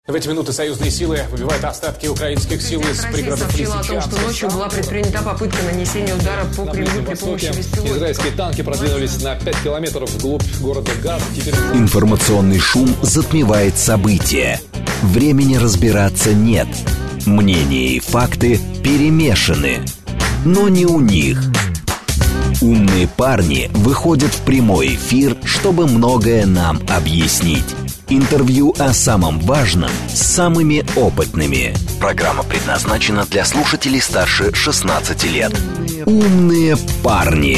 В эти минуты союзные силы выбивают остатки украинских сил из пригородов Лисичанска. Сообщила о том, что ночью была предпринята попытка нанесения удара по Кремлю при помощи беспилотников. Израильские танки продвинулись на 5 километров вглубь города Газ. Информационный шум затмевает события. Времени разбираться нет. Мнения и факты перемешаны. Но не у них. Умные парни выходят в прямой эфир, чтобы многое нам объяснить. Интервью о самом важном с самыми опытными. Программа предназначена для слушателей старше 16 лет. Умные парни.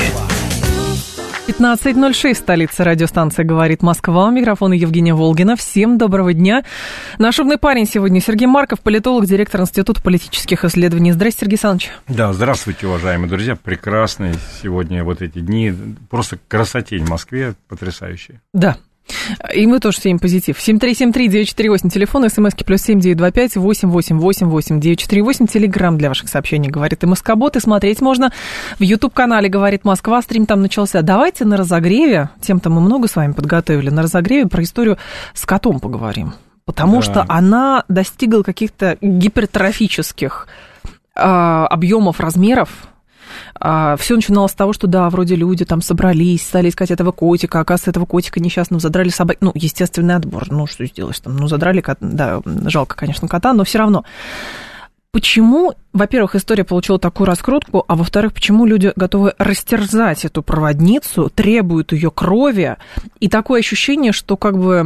15:06, столица радиостанции «Говорит Москва». У микрофона Евгения Волгина. Всем доброго дня. Наш умный парень сегодня Сергей Марков, политолог, директор Института политических исследований. Здравствуйте, Сергей Александрович. Да, здравствуйте, уважаемые друзья. Прекрасные сегодня вот эти дни. Просто красотень в Москве потрясающая. Да. И мы тоже сеем позитив. 7373948, телефон, смски +7 925 888 948, телеграм для ваших сообщений, говорит и Москобот, и смотреть можно в YouTube-канале «Говорит Москва», стрим там начался. Давайте на разогреве, тем-то мы много с вами подготовили, на разогреве про историю с котом поговорим, потому что она достигла каких-то гипертрофических объемов, размеров. Все начиналось с того, что да, вроде люди там собрались, стали искать этого котика, оказывается, этого котика несчастного задрали собаки. Ну, естественный отбор, ну, что сделаешь там, ну, задрали кота, да, жалко, конечно, кота, но все равно. Почему, во-первых, история получила такую раскрутку, а во-вторых, почему люди готовы растерзать эту проводницу, требуют ее крови, и такое ощущение, что как бы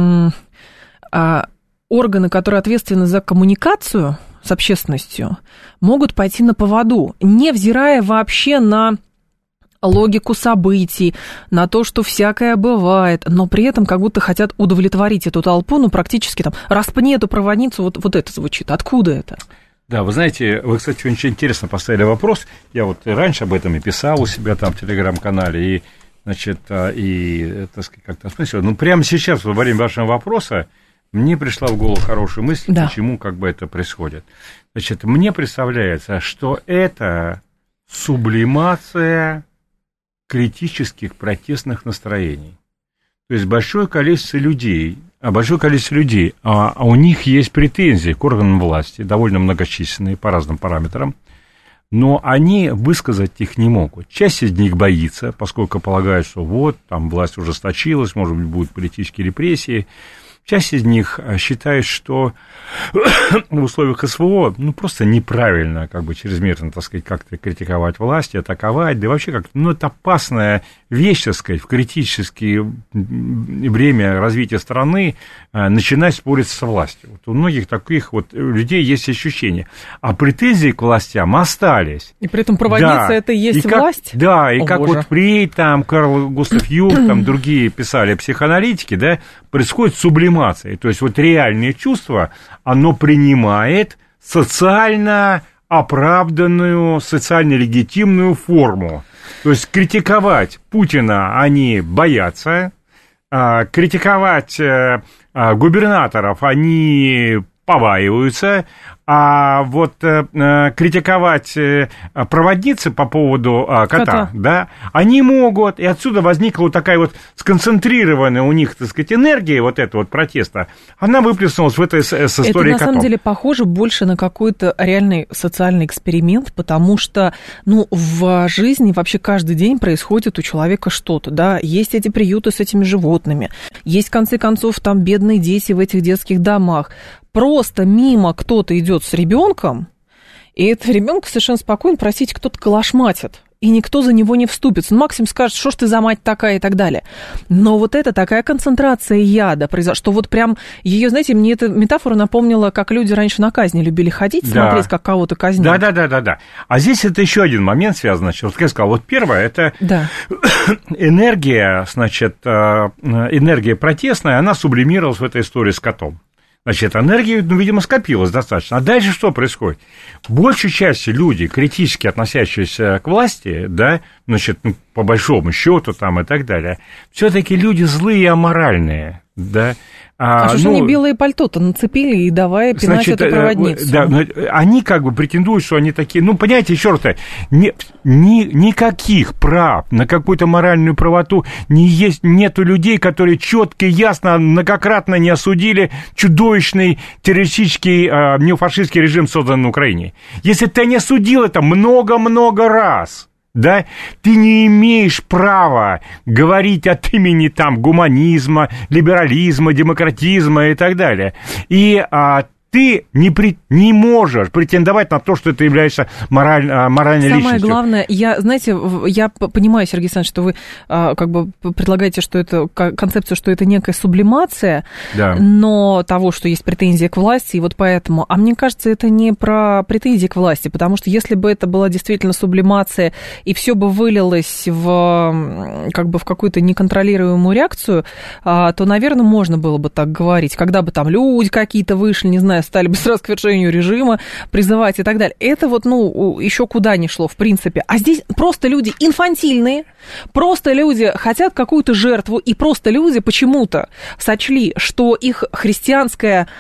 органы, которые ответственны за коммуникацию с общественностью, могут пойти на поводу, невзирая вообще на логику событий, на то, что всякое бывает, но при этом как будто хотят удовлетворить эту толпу, ну, практически там, распни эту проводницу, вот это звучит. Откуда это? Да, вы знаете, вы, кстати, очень интересно поставили вопрос. Я вот и раньше об этом и писал у себя там в Телеграм-канале, и, значит, и, так сказать, как-то осмыслил. Ну, прямо сейчас, во время вашего вопроса, мне пришла в голову хорошая мысль, да. Почему как бы это происходит. Значит, мне представляется, что это сублимация критических протестных настроений. То есть большое количество людей, а у них есть претензии к органам власти, довольно многочисленные по разным параметрам, но они высказать их не могут. Часть из них боится, поскольку полагают, что вот, там власть ужесточилась, может быть, будут политические репрессии. Часть из них считает, что в условиях СВО, ну, просто неправильно, как бы, чрезмерно, так сказать, как-то критиковать власть, атаковать, да и вообще как-то, ну, это опасная вещь, так сказать, в критическое время развития страны начинать спорить со властью. Вот у многих таких вот людей есть ощущение. А претензии к властям остались. И при этом проводница это и есть и власть? Да, и как вот при там Карл Густав Юнг, там другие писали психоаналитики, да, происходит сублимация. То есть вот реальное чувство, оно принимает социально оправданную, социально легитимную форму. То есть критиковать Путина они боятся, критиковать губернаторов они побаиваются, а вот критиковать проводницы по поводу кота, да, они могут, и отсюда возникла вот такая вот сконцентрированная у них, так сказать, энергия вот этого вот протеста, она выплеснулась в этой с историей котом. Это на самом деле похоже больше на какой-то реальный социальный эксперимент, потому что, ну, в жизни вообще каждый день происходит у человека что-то, да, есть эти приюты с этими животными, есть, в конце концов, там бедные дети в этих детских домах. Просто мимо кто-то идет с ребенком, и этого ребенка совершенно спокойно, простите, кто-то калашматит, и никто за него не вступится. Ну, максимум скажет, что ж ты за мать такая и так далее. Но вот это такая концентрация яда произошла, что вот прям ее, знаете, мне эта метафора напомнила, как люди раньше на казни любили ходить, смотреть, как кого-то казнят. Да. А здесь это еще один момент связан, значит, вот как я сказал, вот первое, это энергия, значит, энергия протестная, она сублимировалась в этой истории с котом. Значит, энергии, ну, видимо, скопилось достаточно. А дальше что происходит? Большей части люди, критически относящиеся к власти, да, значит, ну, по большому счету там и так далее, все-таки люди злые и аморальные. да. Что же они белое пальто-то нацепили и давай пинать эту проводницу? Да, они как бы претендуют, что они такие... Ну, понимаете, еще раз, никаких прав на какую-то моральную правоту нету людей, которые четко и ясно, многократно не осудили чудовищный террористический неофашистский режим, созданный на Украине. Если ты не осудил это много-много раз... Да, ты не имеешь права говорить от имени там гуманизма, либерализма, демократизма и так далее. И ты не можешь претендовать на то, что ты являешься моральной личностью. Самое главное, я понимаю, Сергей Александрович, что вы как бы предлагаете, что это концепцию, что это некая сублимация, да, но того, что есть претензии к власти, и вот поэтому. А мне кажется, это не про претензии к власти, потому что если бы это была действительно сублимация, и все бы вылилось в какую-то неконтролируемую реакцию, то, наверное, можно было бы так говорить. Когда бы там люди какие-то вышли, не знаю, стали бы сразу к свержению режима призывать и так далее. Это вот, еще куда ни шло, в принципе. А здесь просто люди инфантильные, просто люди хотят какую-то жертву, и просто люди почему-то сочли, что их христианское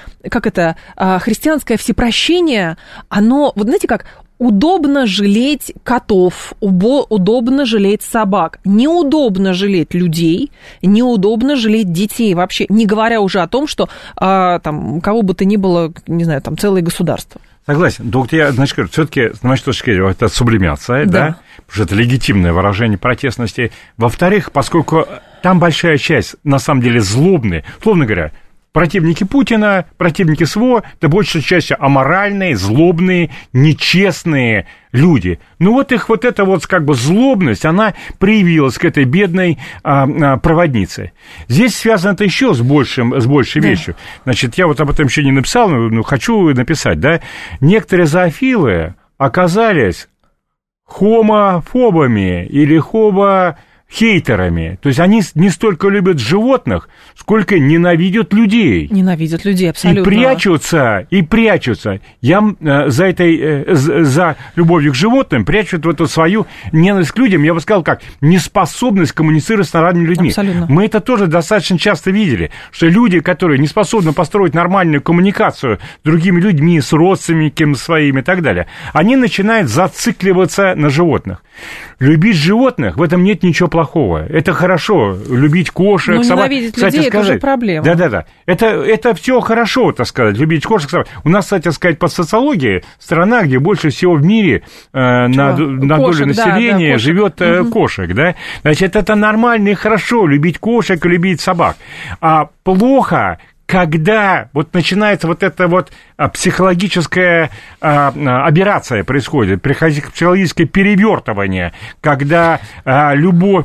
всепрощение, оно, вот знаете как, удобно жалеть котов, удобно жалеть собак, неудобно жалеть людей, неудобно жалеть детей вообще, не говоря уже о том, что там кого бы то ни было, не знаю, там целое государство. Согласен. Только я, говорю, все-таки, с моей точки зрения, это сублимация, да, потому что это легитимное выражение протестности. Во-вторых, поскольку там большая часть, на самом деле, злобные, условно говоря, противники Путина, противники СВО, это большей частью аморальные, злобные, нечестные люди. Ну вот их вот эта вот как бы злобность, она проявилась к этой бедной проводнице. Здесь связано это еще с большей вещью. Значит, я вот об этом еще не написал, но хочу написать, да. Некоторые зоофилы оказались хомофобами или хейтерами. То есть они не столько любят животных, сколько ненавидят людей. Ненавидят людей, абсолютно. И прячутся. Я за любовью к животным прячут вот эту свою ненависть к людям, я бы сказал, как неспособность коммуницировать с нормальными людьми. Абсолютно. Мы это тоже достаточно часто видели, что люди, которые не способны построить нормальную коммуникацию с другими людьми, с родственниками своими и так далее, они начинают зацикливаться на животных. Любить животных, в этом нет ничего плохого. Это хорошо. Любить кошек, собак. Ненавидеть людей, это уже проблема. Да. Это все хорошо, так сказать, любить кошек, собак. У нас, кстати сказать, по социологии страна, где больше всего в мире на долю населения живет кошек, да. Значит, это нормально и хорошо любить кошек и любить собак. А плохо, когда вот начинается вот эта вот психологическая аберрация происходит, психологическое перевертывание, когда любовь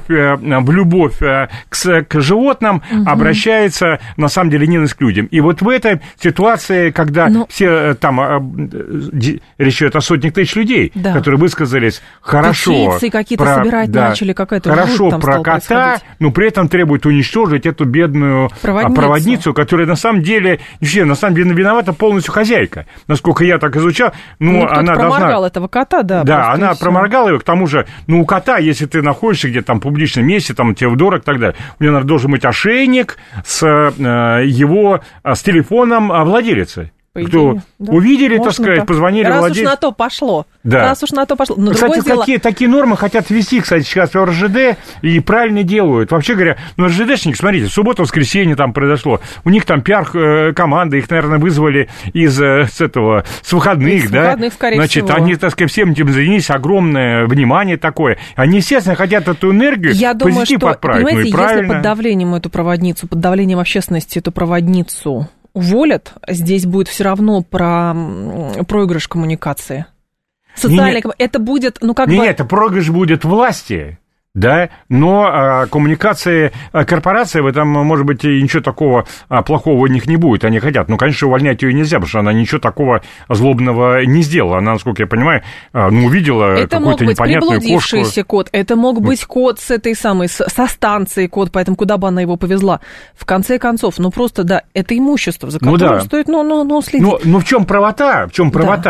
к животным обращается, на самом деле, ненависть к людям. И вот в этой ситуации, когда все там, речь идет о сотнях тысяч людей, которые высказались хорошо... Петиции какие-то собирать начали, какая-то хорошо там про кота, но при этом требует уничтожить эту бедную проводницу, которая на самом деле виновата полностью хозяйка. Насколько я так изучал, она проморгал этого кота, да. Да, она проморгала его, к тому же, у кота, если ты находишься где-то там в публичном месте, там тебе вдорог и так далее, у него должен быть ошейник с телефоном владелицы. Кто увидели, так сказать, позвонили владельцу. Раз уж на то пошло. Да. Но кстати, другое дело... такие нормы хотят ввести, кстати, сейчас в РЖД, и правильно делают. Вообще говоря, РЖДшники, смотрите, в субботу-воскресенье там произошло, у них там пиар-команда, их, наверное, вызвали с выходных, да? Значит, всего. они, так сказать, всем этим занялись, огромное внимание такое. Они, естественно, хотят эту энергию позитив отправить. Понимаете, и правильно. Если под давлением эту проводницу, под давлением общественности эту проводницу уволят, здесь будет все равно про проигрыш коммуникации. Это будет, это проигрыш будет власти. Да, но коммуникации корпорации в этом, может быть, и ничего такого плохого у них не будет. Они хотят. Конечно, увольнять ее нельзя, потому что она ничего такого злобного не сделала. Она, насколько я понимаю, увидела какую-то непонятную кошку. Это мог быть приблудившийся кот, это мог быть кот с этой самой, со станции кот, поэтому куда бы она его повезла. В конце концов, это имущество, за которое стоит, следить. Но в чем правота?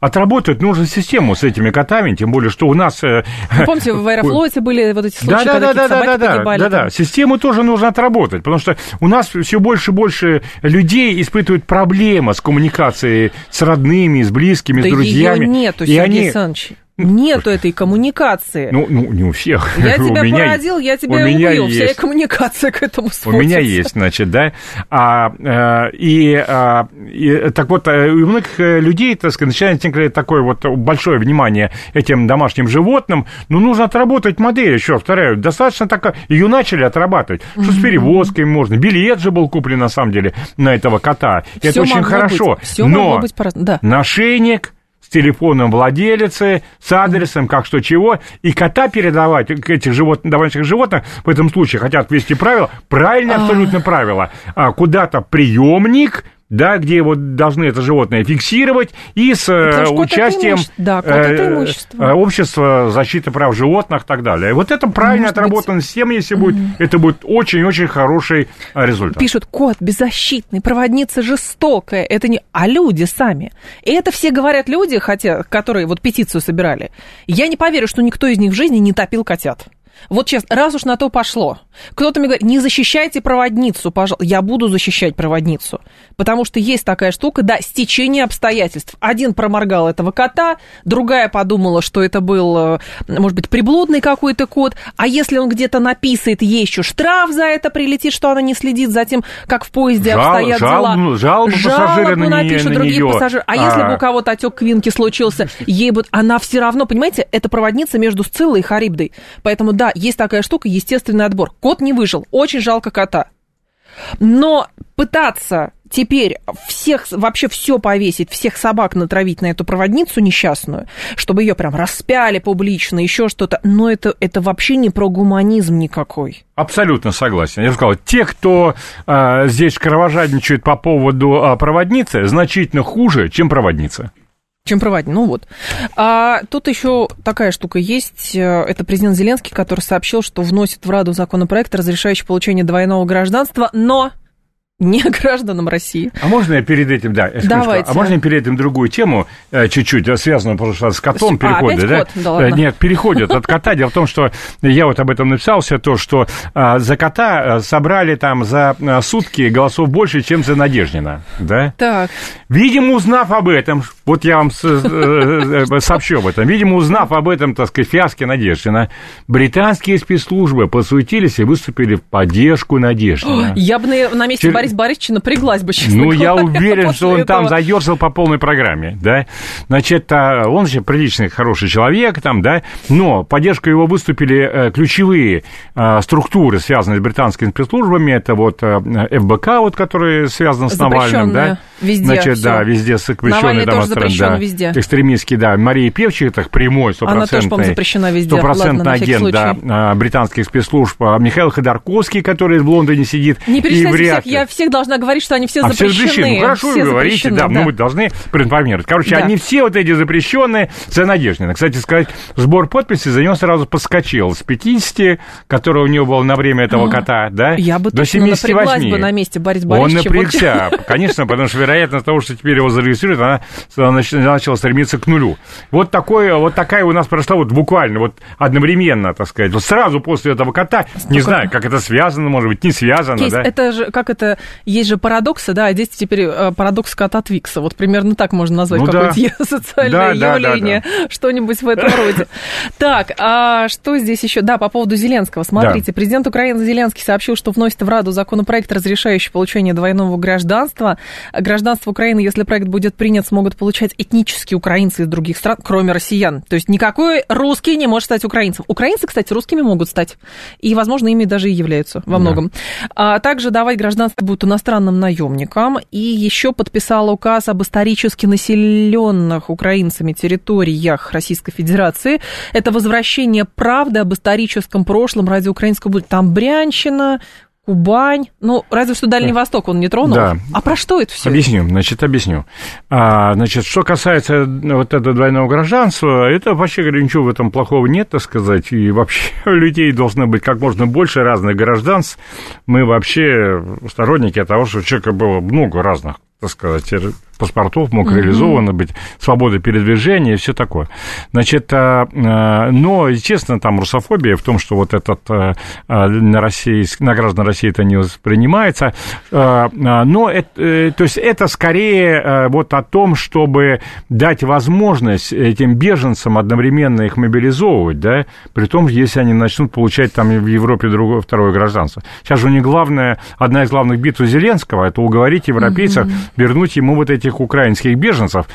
отработать нужно систему с этими котами, тем более, что у нас... Вы помните, в Аэрофлоте были вот эти случаи, когда какие-то собаки погибали? Да. Систему тоже нужно отработать, потому что у нас все больше и больше людей испытывают проблемы с коммуникацией с родными, с близкими, с друзьями. Ее нету, Сергей Александрович. Нету этой коммуникации. Ну, не у всех. Я тебя породил, я тебя убил. Вся коммуникация к этому сводится. У меня есть, значит, да. Так вот, у многих людей, так сказать, начинает такое вот большое внимание этим домашним животным. Ну, нужно отработать модель, еще повторяю. Достаточно так, ее начали отрабатывать. Что с перевозкой можно. Билет же был куплен, на самом деле, на этого кота. Это очень хорошо. Но ошейник с телефоном владелицы, с адресом, как что чего, и кота передавать, этих домашних животных, в этом случае хотят ввести правила, правильно, абсолютно правило, куда-то приемник, да, где вот должны это животное фиксировать, и с участием общества защиты прав животных и так далее. Вот это правильно отработанная система, если будет, это будет очень-очень хороший результат. Пишут, кот беззащитный, проводница жестокая, это не... А люди сами. И это все говорят люди, хотя, которые вот петицию собирали. Я не поверю, что никто из них в жизни не топил котят. Вот честно, раз уж на то пошло, кто-то мне говорит, не защищайте проводницу, пожалуйста. Я буду защищать проводницу, потому что есть такая штука, да, стечение обстоятельств. Один проморгал этого кота, другая подумала, что это был, может быть, приблудный какой-то кот, а если он где-то написает, ей еще штраф за это прилетит, что она не следит за тем, как в поезде обстоят дела. Жалобу напишут другие нее. пассажиры. А если бы у кого-то отек квинки случился, ей бы... Она все равно, понимаете, это проводница между Сциллой и Харибдой. Поэтому, да, есть такая штука, естественный отбор. Кот не выжил, очень жалко кота. Но пытаться теперь всех, вообще все повесить, всех собак натравить на эту проводницу несчастную, чтобы ее прям распяли публично, еще что-то, но это вообще не про гуманизм никакой. Абсолютно согласен. Я же сказал, те, кто здесь кровожадничает по поводу проводницы, значительно хуже, чем проводница. Чем проводить. Ну вот. А тут еще такая штука есть. Это президент Зеленский, который сообщил, что вносит в Раду законопроект, разрешающий получение двойного гражданства, но не гражданам России. А можно я перед этим, Давайте. А можно я перед этим другую тему, чуть-чуть, связанную, потому что с котом переходит, да? Кот? Да ладно. Нет, переходит от кота. Дело в том, что я вот об этом написал все то, что за кота собрали там за сутки голосов больше, чем за Надеждина, да? Так. Видимо, узнав об этом, вот я вам сообщу об этом, видимо, узнав об этом, так сказать, фиаске Надеждина, британские спецслужбы подсуетились и выступили в поддержку Надеждина. Я бы на месте Бориса Борисовича напряглась бы, честно говоря. Я уверен, что он там заерзал по полной программе, да. Значит, он же приличный, хороший человек там, да, но в поддержку его выступили ключевые структуры, связанные с британскими спецслужбами, это вот ФБК, вот, который связан с Навальным, да. Везде. Значит, да, везде запрещенный экстремистский, да. Мария Певчих, это прямой, стопроцентный агент, да, британских спецслужб. Михаил Ходорковский, который в Лондоне сидит. Не перечисляйте всех, я всех должна говорить, что они все запрещены. Ну, хорошо, вы говорите, да, мы должны проинформировать. Короче, они все вот эти запрещенные за Надеждина. Кстати сказать, сбор подписей за него сразу подскочил с 50, которые у него было на время этого кота, да, я бы до 78. Напряглась бы на месте Бориса Борисовича. Он напрягся, конечно, потому что вероятность того, что теперь его зарегистрируют, она начала стремиться к нулю. Вот такая у нас прошла вот буквально вот одновременно, так сказать, вот сразу после этого кота, не знаю, как это связано, может быть, не связано, Кейс, да. Это же, как это, есть же парадоксы, да, а здесь теперь парадокс кота Твикса, вот примерно так можно назвать какое-то социальное явление, что-нибудь в этом роде. Так, а что здесь еще? Да, по поводу Зеленского, смотрите, президент Украины Зеленский сообщил, что вносит в Раду законопроект, разрешающий получение двойного гражданства. Гражданство Украины, если проект будет принят, смогут получать этнические украинцы из других стран, кроме россиян. То есть никакой русский не может стать украинцем. Украинцы, кстати, русскими могут стать. И, возможно, ими даже и являются во многом. А также давать гражданство будут иностранным наемникам. И еще подписал указ об исторически населенных украинцами территориях Российской Федерации. Это возвращение правды об историческом прошлом ради украинского будущего. Там Брянщина, Кубань, ну, разве что Дальний Восток он не тронул. Да. А про что это все? Объясню. Значит, что касается вот этого двойного гражданства, это, вообще говоря, ничего в этом плохого нет, так сказать, и вообще у людей должно быть как можно больше разных гражданств. Мы вообще сторонники того, что у человека было много разных, так сказать, паспортов мог реализовано быть, свобода передвижения и все такое. Значит, но, естественно, там русофобия в том, что вот этот на граждан России это не воспринимается, но то есть это скорее вот о том, чтобы дать возможность этим беженцам одновременно их мобилизовывать, да, при том, если они начнут получать там в Европе второе гражданство. Сейчас же у них одна из главных битв Зеленского — это уговорить европейцев вернуть ему вот этих украинских беженцев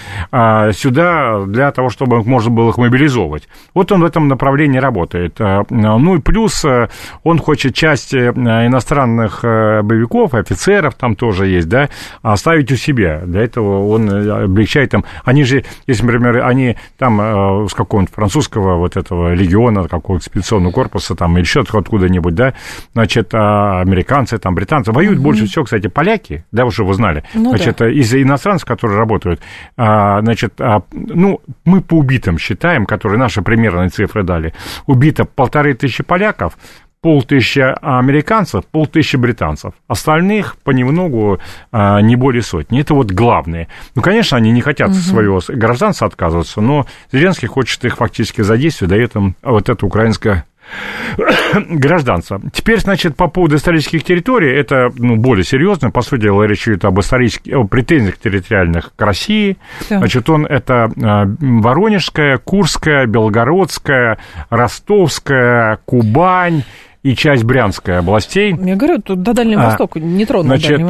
сюда для того, чтобы можно было их мобилизовывать. Вот он в этом направлении работает. Ну и плюс он хочет часть иностранных боевиков, офицеров там тоже есть, да, оставить у себя. Для этого он облегчает им. Они же, если, например, они там с какого-нибудь французского вот этого легиона, какого-то экспедиционного корпуса там, или еще откуда-нибудь, да, значит, американцы, там, британцы, воюют больше всего, кстати, поляки, да, уже вы знали, значит, из-за иностранцев, которые работают, значит, ну, мы по убитым считаем, которые наши примерные цифры дали, убито 1500 поляков, 500 американцев, 500 британцев. Остальных понемногу не более сотни. Это вот главное. Ну, конечно, они не хотят своего гражданства отказываться, но Зеленский хочет их фактически задействовать, дает им вот это украинское гражданство. Теперь, значит, по поводу исторических территорий, это, ну, более серьезно. По сути дела, речь идет об претензиях территориальных к России. Да. Значит, это Воронежская, Курская, Белгородская, Ростовская, Кубань и часть Брянской областей. Я говорю, тут до Дальнего Востока не тронут. Значит,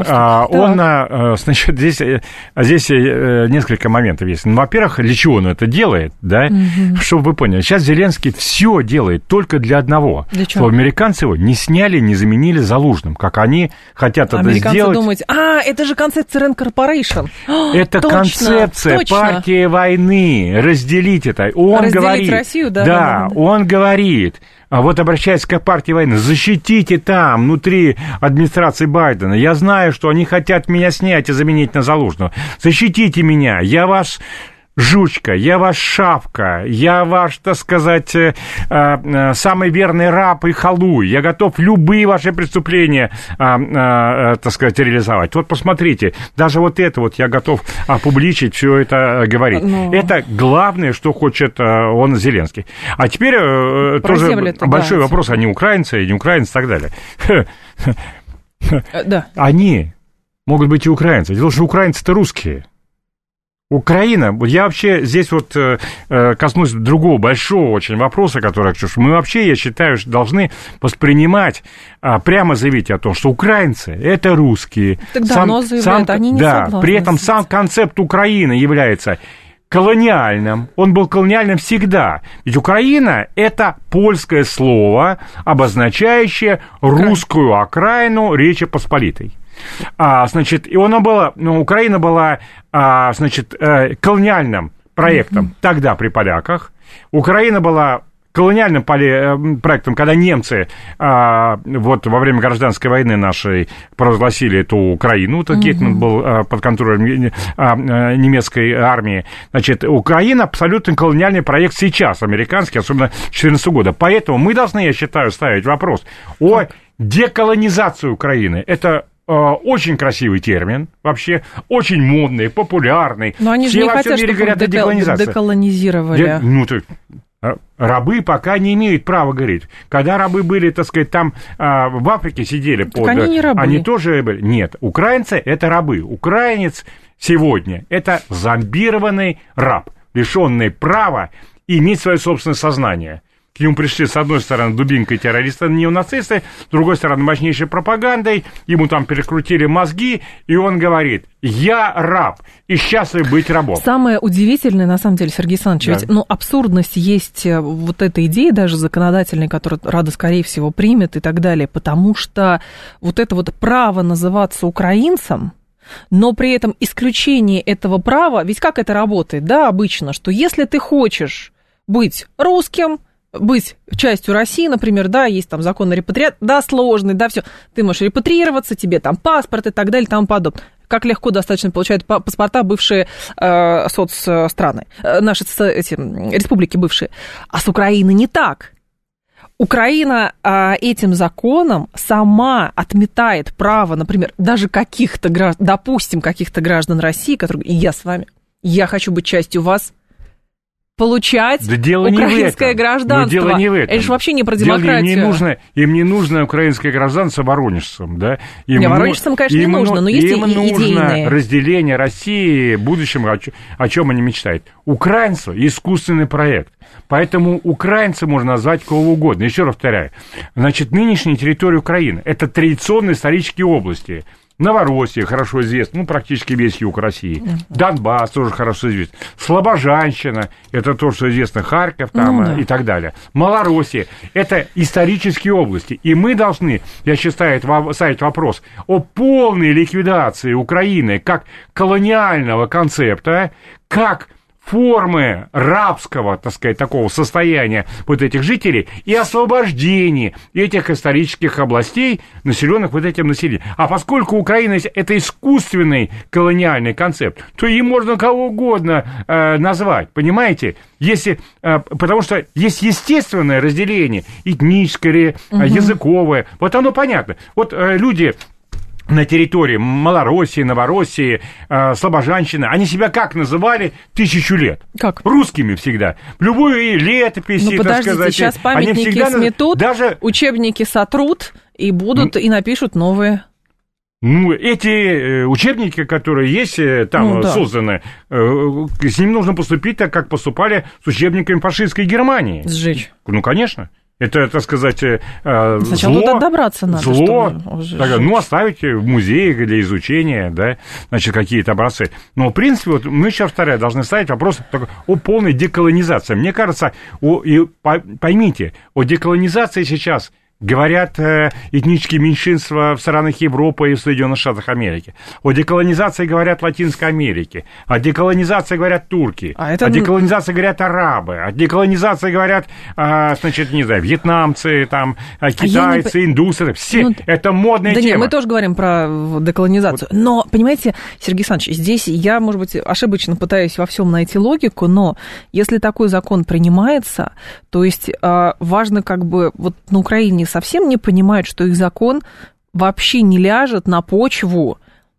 значит, здесь несколько моментов есть. Ну, во-первых, для чего он это делает, да? Чтобы вы поняли, сейчас Зеленский все делает только для одного. Для чего? Что американцы его не сняли, не заменили Залужным, как они хотят это сделать. Американцы думают, это же концепция Rand Corporation. Это концепция партии войны. Разделить это. Он говорит, Россию, да, он говорит... Вот обращаясь к партии войны, защитите там, внутри администрации Байдена. Я знаю, что они хотят меня снять и заменить на Залужного. Защитите меня, я ваш жучка, я ваш шавка, я ваш, так сказать, самый верный раб и халуй. Я готов любые ваши преступления, так сказать, реализовать. Вот посмотрите, даже вот это вот я готов опубличить, все это говорить. Это главное, что хочет он, Зеленский. А теперь тоже большой вопрос, они украинцы, не украинцы и так далее. Да. Они могут быть и украинцы. Дело в том, что украинцы-то русские. Украина, я вообще здесь вот коснусь другого большого очень вопроса, который мы вообще, я считаю, должны воспринимать, прямо заявить о том, что украинцы – это русские. Так давно заявляют, они не согласны. При этом сам концепт Украины является колониальным, он был колониальным всегда. Ведь Украина – это польское слово, обозначающее русскую окраину Речи Посполитой. Значит, и Украина была, значит, колониальным проектом тогда при поляках. Украина была колониальным проектом, когда немцы вот во время гражданской войны нашей провозгласили эту Украину, Гетман был под контролем немецкой армии. Значит, Украина абсолютно колониальный проект сейчас, американский, особенно 2014 года. Поэтому мы должны, я считаю, ставить вопрос о деколонизации Украины. Это очень красивый термин, вообще очень модный, популярный. Но они же не хотят, чтобы деколонизировали. Рабы пока не имеют права говорить. Когда рабы были, так сказать, там в Африке сидели, они не рабы. Они тоже были. Нет, украинцы – это рабы. Украинец сегодня – это зомбированный раб, лишенный права иметь свое собственное сознание. К нему пришли, с одной стороны, дубинкой террористы-неонацисты, с другой стороны, мощнейшей пропагандой, ему там перекрутили мозги, и он говорит: я раб, и счастлив быть рабом. Самое удивительное, на самом деле, Сергей Александрович, ведь, абсурдность есть вот этой идеи, даже законодательной, которую Рада, скорее всего, примет и так далее, потому что вот это вот право называться украинцем, но при этом исключение этого права, ведь как это работает, да, обычно, что если ты хочешь быть русским, быть частью России, например, да, есть там закон о репатриации, да, сложный, да, все, ты можешь репатриироваться, тебе там паспорт и так далее, и тому подобное. Как легко достаточно получают паспорта бывшие соцстраны, наши республики бывшие. А с Украины не так. Украина этим законом сама отметает право, например, даже каких-то граждан, допустим, каких-то граждан России, которые, и я с вами, я хочу быть частью вас, получать украинское гражданство. Дело не в этом. Это же вообще не про демократию. Им не нужно украинское гражданство воронежцам, да? Воронежцам, конечно, не нужно, но есть и идейные. Им нужно разделение России в будущем, о чем они мечтают. Украинцы – искусственный проект. Поэтому украинца можно назвать кого угодно. Еще раз повторяю. Значит, нынешняя территория Украины – это традиционные исторические области. Новороссия хорошо известна, практически весь юг России. Донбасс тоже хорошо известен. Слобожанщина, это то, что известно, Харьков там, и так далее. Малороссия, это исторические области. И мы должны, я считаю, ставить вопрос о полной ликвидации Украины как колониального концепта, как формы рабского, так сказать, такого состояния вот этих жителей и освобождении этих исторических областей, населенных вот этим населением. А поскольку Украина – это искусственный колониальный концепт, то им можно кого угодно назвать, понимаете? Потому что есть естественное разделение, этническое, языковое, вот оно понятно. Вот люди на территории Малороссии, Новороссии, Слобожанщины, они себя как называли 1000 лет? Как? Русскими всегда. В любой летописи, так сказать. Сейчас памятники сметут, даже учебники сотрут и будут, и напишут новые. Эти учебники, которые есть там созданы, с ними нужно поступить так, как поступали с учебниками фашистской Германии. Сжечь. Конечно. Это, так сказать, сначала зло, туда добраться надо, оставить в музее для изучения, да, значит, какие-то образцы. Но, в принципе, вот мы сейчас, должны ставить вопрос о полной деколонизации. Мне кажется, поймите, о деколонизации сейчас говорят этнические меньшинства в странах Европы и в Соединенных Штатах Америки. О деколонизации говорят Латинской Америки. О деколонизации говорят турки. О деколонизации говорят арабы. О деколонизации говорят, значит, не знаю, вьетнамцы, там, китайцы, индусы. Все. Это модная тема. Нет, мы тоже говорим про деколонизацию. Вот. Но, понимаете, Сергей Александрович, здесь я, может быть, ошибочно пытаюсь во всем найти логику, но если такой закон принимается, то есть важно как бы вот на Украине совсем не понимают, что их закон вообще не ляжет на почву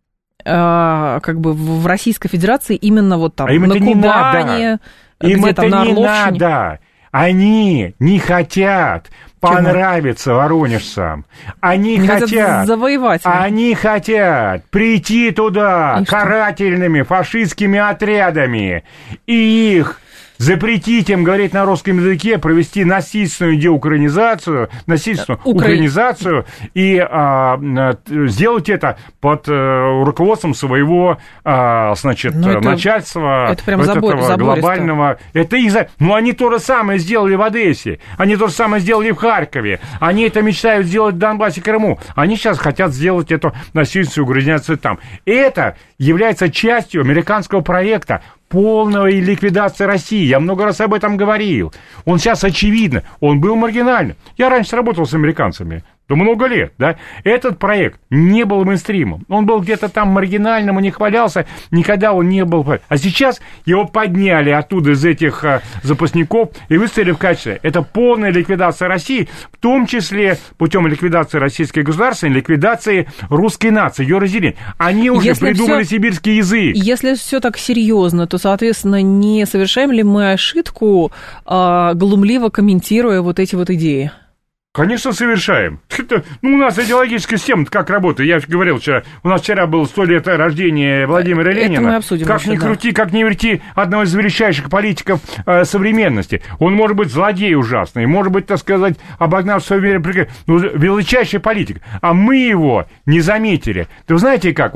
как бы в Российской Федерации именно вот там, на Кубани, где-то на Орловщине. Им это не надо. Они не хотят понравиться воронежцам. Они хотят завоевать. Они хотят прийти туда карательными фашистскими отрядами и их запретить им говорить на русском языке, провести насильственную деукраинизацию, украинизацию и сделать это под руководством своего, значит, начальства, это прям этого глобального. Это их они то же самое сделали в Одессе, они то же самое сделали в Харькове, они это мечтают сделать в Донбассе и Крыму. Они сейчас хотят сделать эту насильственную украинизацию там. Это является частью американского проекта полной ликвидации России. Я много раз об этом говорил. Он сейчас очевидно, он был маргинальным. Я раньше работал с американцами, много лет, да. Этот проект не был мейнстримом. Он был где-то там маргинальным и не хвалялся, никогда он не был. А сейчас его подняли оттуда из этих запасников и выставили в качестве. Это полная ликвидация России, в том числе путем ликвидации российской государственности, ликвидации русской нации, ее разделения. Они уже придумали сибирский язык. Если все так серьезно, то, соответственно, не совершаем ли мы ошибку, глумливо комментируя вот эти вот идеи? Конечно, совершаем. У нас идеологическая система как работает. Я говорил вчера, у нас вчера было 100 лет рождения Владимира Ленина. Это мы обсудим как ни крути, как ни верти, одного из величайших политиков современности. Он может быть злодей ужасный, может быть, так сказать, обогнав свое время, величайший политик. А мы его не заметили. Вы знаете, как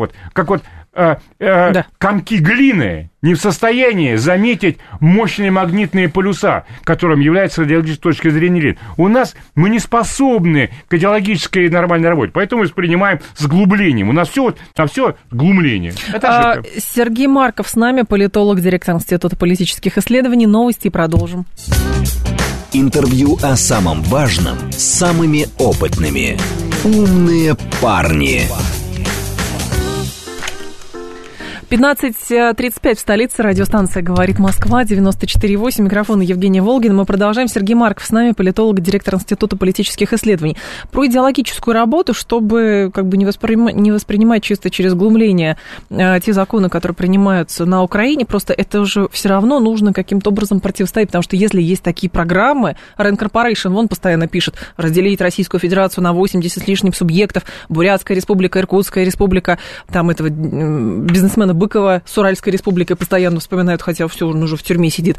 комки глины не в состоянии заметить мощные магнитные полюса, которым является с идеологической точки зрения Ленин. Мы не способны к идеологической нормальной работе, поэтому мы воспринимаем с глублением. У нас все глумление. Это ошибка. Сергей Марков с нами, политолог, директор Института политических исследований. Новости продолжим. Интервью о самом важном с самыми опытными. Умные парни. 15:35 в столице. Радиостанция «Говорит Москва», 94,8. Микрофон Евгения Волгина. Мы продолжаем. Сергей Марков с нами, политолог, директор Института политических исследований. Про идеологическую работу, чтобы как бы не воспринимать чисто через глумление те законы, которые принимаются на Украине, просто это уже все равно нужно каким-то образом противостоять, потому что если есть такие программы, Rand Corporation, вон постоянно пишет, разделить Российскую Федерацию на 80 с лишним субъектов, Бурятская республика, Иркутская республика, там этого бизнесмена Быкова с Уральской республикой постоянно вспоминают, хотя все, он уже в тюрьме сидит.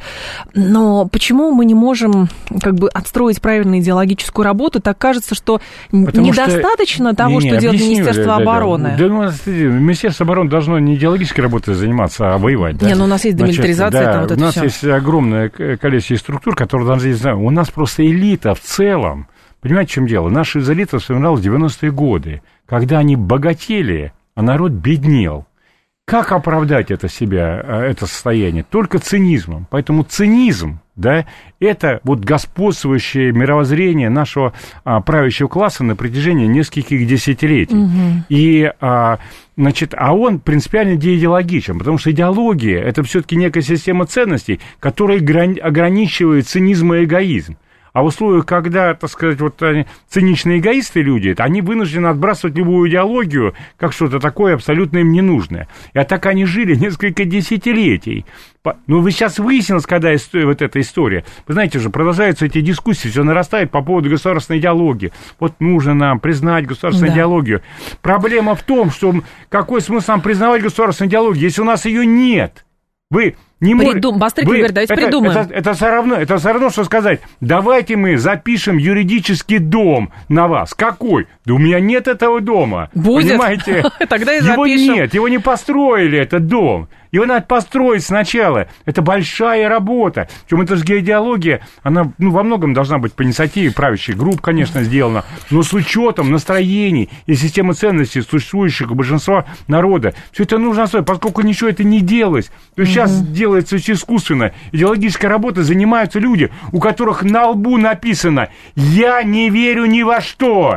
Но почему мы не можем как бы отстроить правильную идеологическую работу? Так кажется, что недостаточно того, что делает Министерство обороны. Да, Министерство обороны должно не идеологической работой заниматься, а воевать. Да? Не, ну у нас есть демилитаризация, да, там вот это у нас всё. есть огромное количество структур, которые должны знать. У нас просто элита в целом. Понимаете, в чем дело? Наша элита вспоминала 90-е годы, когда они богатели, а народ беднел. Как оправдать это себя, это состояние? Только цинизмом. Поэтому цинизм, да, это вот господствующее мировоззрение нашего правящего класса на протяжении нескольких десятилетий. Угу. И, значит, он принципиально деидеологичен, потому что идеология – это все-таки некая система ценностей, которая ограничивает цинизм и эгоизм. А в условиях, когда, так сказать, вот циничные эгоисты люди, они вынуждены отбрасывать любую идеологию, как что-то такое абсолютно им ненужное. И так они жили несколько десятилетий. Ну, вы сейчас выяснилось, когда вот эта история. Вы знаете же, продолжаются эти дискуссии, все нарастает по поводу государственной идеологии. Вот нужно нам признать государственную идеологию. Проблема в том, что какой смысл нам признавать государственную идеологию, если у нас ее нет? Вы не можете... Бастрыкин говорит, давайте придумаем. Это все равно, что сказать, давайте мы запишем юридический дом на вас. Какой? Да у меня нет этого дома. Будет. Понимаете? Тогда и его запишем. Нет, его не построили, этот дом. Его надо построить сначала. Это большая работа. Причем эта же идеология, она во многом должна быть по инициативе правящих групп, конечно, сделана, но с учетом настроений и системы ценностей, существующих у большинства народа. Все это нужно освоить, поскольку ничего это не делалось. То есть сейчас делается все искусственно. Идеологической работой занимаются люди, у которых на лбу написано «Я не верю ни во что».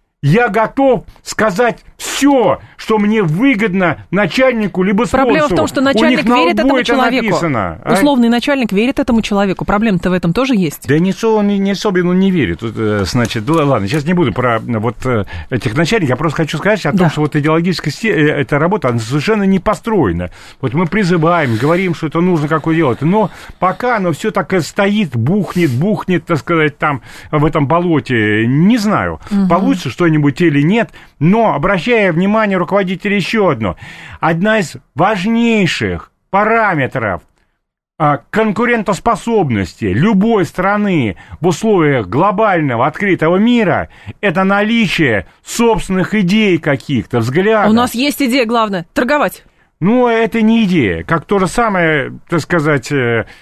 Я готов сказать все, что мне выгодно начальнику либо спонсору. Проблема в том, что начальник верит этому человеку. Написано, Условный начальник верит этому человеку. Проблема-то в этом тоже есть. Да ничего он не особенно не верит. Значит, ладно, сейчас не буду про вот этих начальников. Я просто хочу сказать о том, что вот идеологическая эта работа, она совершенно не построена. Вот мы призываем, говорим, что это нужно какое делать. Но пока оно все так стоит, бухнет, так сказать, там в этом болоте, не знаю, получится что-нибудь или нет. Но обращая внимание руководителя еще одно. Одна из важнейших параметров конкурентоспособности любой страны в условиях глобального открытого мира – это наличие собственных идей каких-то, взглядов. У нас есть идея, главное – торговать. Ну, это не идея. Как то же самое, так сказать,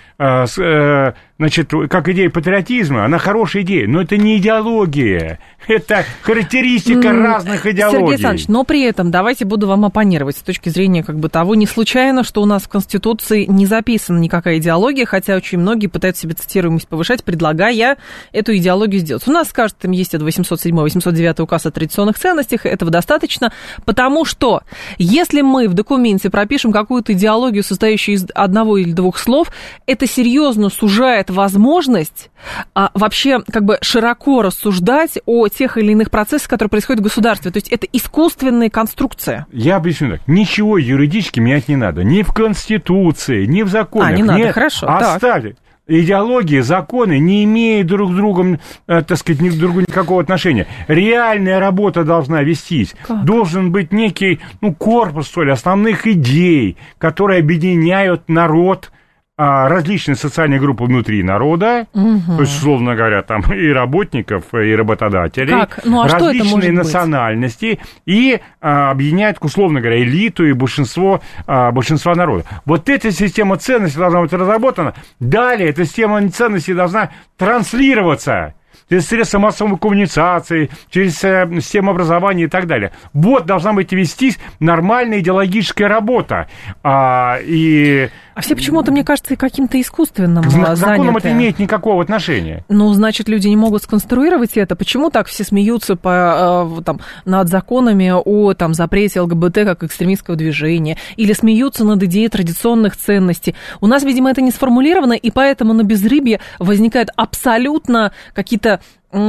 значит, как идея патриотизма, она хорошая идея, но это не идеология, это характеристика разных идеологий. Сергей Александрович, но при этом давайте буду вам оппонировать с точки зрения как бы того, не случайно, что у нас в Конституции не записана никакая идеология, хотя очень многие пытаются себе цитируемость повышать, предлагая эту идеологию сделать. У нас, скажем, там есть это 807-809 указ о традиционных ценностях, этого достаточно, потому что если мы в документе пропишем какую-то идеологию, состоящую из одного или двух слов, это серьезно сужает возможность вообще как бы широко рассуждать о тех или иных процессах, которые происходят в государстве. То есть это искусственная конструкция. Я объясню так. Ничего юридически менять не надо. Ни в Конституции, ни в законах. Не надо, хорошо. Оставить. Идеологии, законы не имеют друг с другом, так сказать, друг к другу никакого отношения. Реальная работа должна вестись. Как? Должен быть некий, корпус, что ли, основных идей, которые объединяют народ, различные социальные группы внутри народа, то есть, условно говоря, там и работников, и работодателей, различные национальности, и объединяют, условно говоря, элиту и большинства народа. Вот эта система ценностей должна быть разработана. Далее эта система ценностей должна транслироваться через средства массовой коммуникации, через систему образования и так далее. Вот должна быть вестись нормальная идеологическая работа. А все почему-то, мне кажется, каким-то искусственным к законам это не имеет никакого отношения. Ну, значит, люди не могут сконструировать это. Почему так все смеются над законами о запрете ЛГБТ как экстремистского движения? Или смеются над идеей традиционных ценностей? У нас, видимо, это не сформулировано, и поэтому на безрыбье возникают абсолютно какие-то...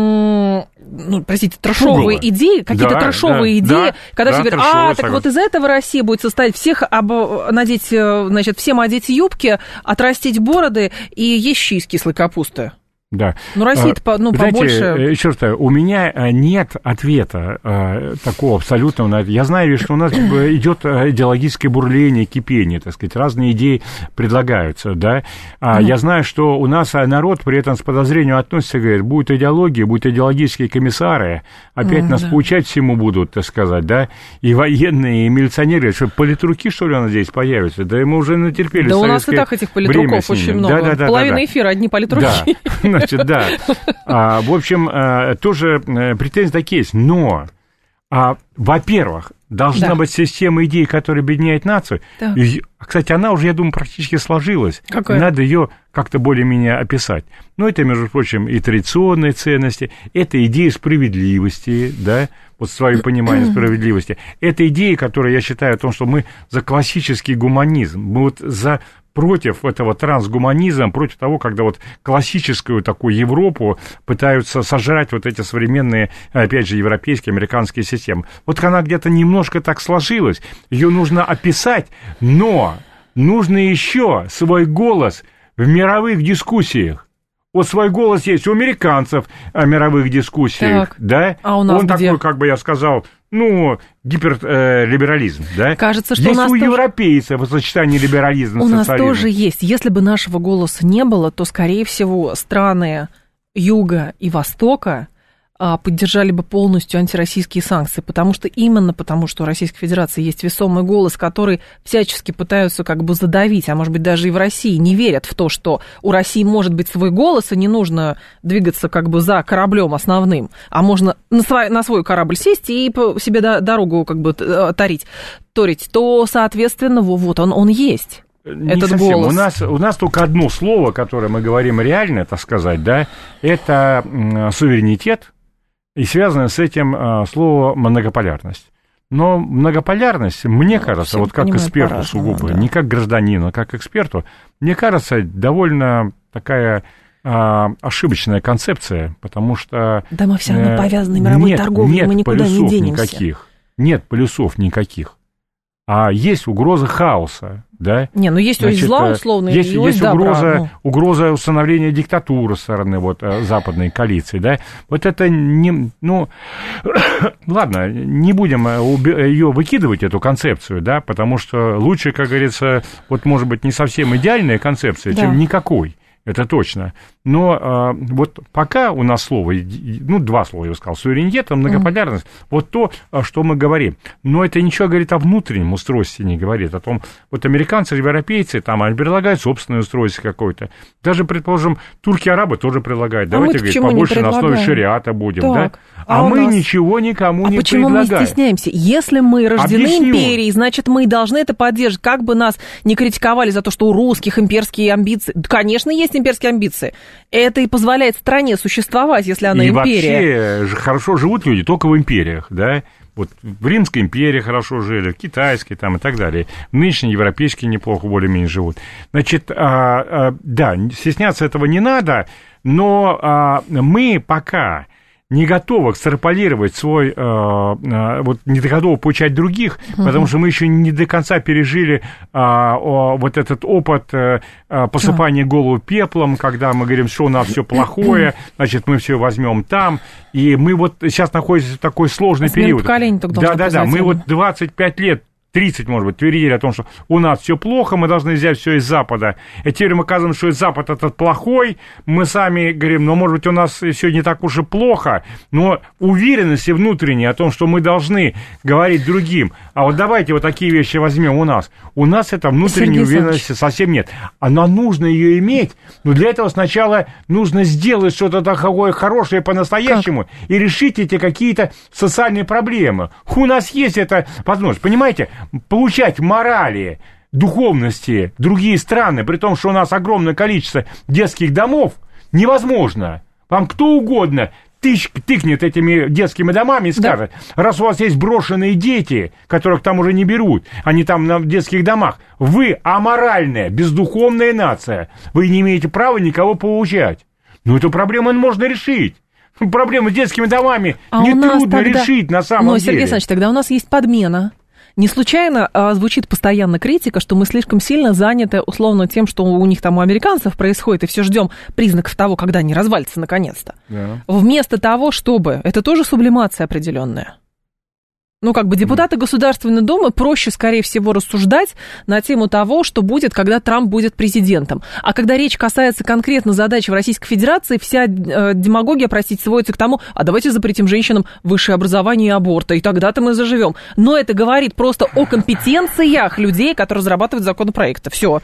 трэшовые идеи, какие-то трэшовые идеи, когда все говорят, так вот из-за этого Россия будет состоять всех всем одеть юбки, отрастить бороды и есть щи из кислой капусты. Да. Ну, Россия-то побольше... Еще раз говорю, у меня нет ответа такого абсолютного на это. Я знаю, что у нас идет идеологическое бурление, кипение, так сказать, разные идеи предлагаются, да. Я знаю, что у нас народ при этом с подозрением относится, говорит, будет идеология, будут идеологические комиссары, опять нас поучать всему будут, так сказать, да, и военные, и милиционеры, что политруки, что ли, здесь появятся? Да мы уже натерпелись. Да у нас и так этих политруков очень много. Половина эфира одни политруки. Значит, да. В общем, тоже претензии такие есть. Но, во-первых, должна быть система идей, которая объединяет нацию. Да. И, кстати, она уже, я думаю, практически сложилась. Какая? Надо ее как-то более-менее описать. Но это, между прочим, и традиционные ценности, это идеи справедливости, да, вот своим пониманием справедливости. Это идеи, которые, я считаю, о том, что мы за классический гуманизм, мы вот против этого трансгуманизма, против того, когда вот классическую такую Европу пытаются сожрать вот эти современные, опять же, европейские, американские системы. Вот она где-то немножко так сложилась, ее нужно описать, но нужно еще свой голос в мировых дискуссиях. Вот свой голос есть у американцев о мировых дискуссиях, так. Да? А у нас он где? Такой, как бы я сказал, гиперлиберализм, да? Кажется, что есть у нас европейцев в сочетании либерализма с социализмом. У нас тоже есть. Если бы нашего голоса не было, то, скорее всего, страны Юга и Востока поддержали бы полностью антироссийские санкции, потому что у Российской Федерации есть весомый голос, который всячески пытаются как бы задавить, а может быть даже и в России не верят в то, что у России может быть свой голос, и не нужно двигаться как бы за кораблем основным, а можно на свой корабль сесть и себе дорогу как бы торить, то, соответственно, вот он есть. Не этот совсем. голос. У нас только одно слово, которое мы говорим реально, так сказать, да, это суверенитет. И связано с этим слово многополярность. Но многополярность, мне кажется, вот как эксперту сугубо, да. Не как гражданину, а как эксперту, мне кажется, довольно такая ошибочная концепция, потому что... Да мы все равно повязаны мировой торговлей, мы никуда не денемся. Нет полюсов никаких. А есть угроза хаоса, да? Есть ось зла, условно, есть добра. Угроза установления диктатуры со стороны западной коалиции, да? Вот это ладно, не будем ее выкидывать, эту концепцию, да, потому что лучше, как говорится, вот может быть не совсем идеальная концепция, чем никакой. Это точно. Но вот пока у нас слово, два слова я сказал, суверенитет, многополярность, вот то, что мы говорим. Но это ничего говорит о внутреннем устройстве, не говорит о том, вот американцы, европейцы, там, они предлагают собственное устройство какое-то. Даже, предположим, турки-арабы тоже предлагают. Давайте, говорить, побольше на основе шариата будем, так. Да? А мы ничего никому не почему предлагаем. Мы стесняемся? Если мы рождены империей, значит, мы должны это поддерживать. Как бы нас не критиковали за то, что у русских имперские амбиции. Конечно, есть имперские амбиции. Это и позволяет стране существовать, если она империя. И вообще хорошо живут люди только в империях, да? Вот в Римской империи хорошо жили, в Китайской там и так далее. В нынешней европейские неплохо более-менее живут. Значит, да, стесняться этого не надо, но мы пока не готовы экстраполировать свой, не готовы получать других, потому что мы еще не до конца пережили вот этот опыт посыпания голову пеплом, когда мы говорим, что у нас все плохое, значит, мы все возьмем там, и мы вот сейчас находимся в такой сложный период. Да, мы вот 25 лет 30, может быть, твердили о том, что у нас все плохо, мы должны взять все из Запада. И теперь мы оказываем, что Запад этот плохой, мы сами говорим, ну, может быть, у нас все не так уж и плохо, но уверенности внутренней о том, что мы должны говорить другим, а вот давайте вот такие вещи возьмем у нас. У нас это внутренней уверенности совсем нет. Она нужно ее иметь, но для этого сначала нужно сделать что-то такое хорошее по-настоящему и решить эти какие-то социальные проблемы. У нас есть эта возможность, понимаете? Получать морали, духовности другие страны, при том, что у нас огромное количество детских домов, невозможно. Вам кто угодно тыкнет этими детскими домами и скажет, раз у вас есть брошенные дети, которых там уже не берут, они там на детских домах, вы аморальная, бездуховная нация, вы не имеете права никого получать. Ну, эту проблему можно решить. Проблему с детскими домами нетрудно решить на самом деле. Сергей Александрович, тогда у нас есть подмена. Не случайно звучит постоянно критика, что мы слишком сильно заняты условно тем, что у них там у американцев происходит, и все ждем признаков того, когда они развалятся наконец-то. Да. Вместо того, чтобы... Это тоже сублимация определенная. Ну, как бы депутаты Государственной Думы проще, скорее всего, рассуждать на тему того, что будет, когда Трамп будет президентом. А когда речь касается конкретно задач в Российской Федерации, вся демагогия, простите, сводится к тому, а давайте запретим женщинам высшее образование и аборта, и тогда-то мы заживем. Но это говорит просто о компетенциях людей, которые разрабатывают законопроекты. Все.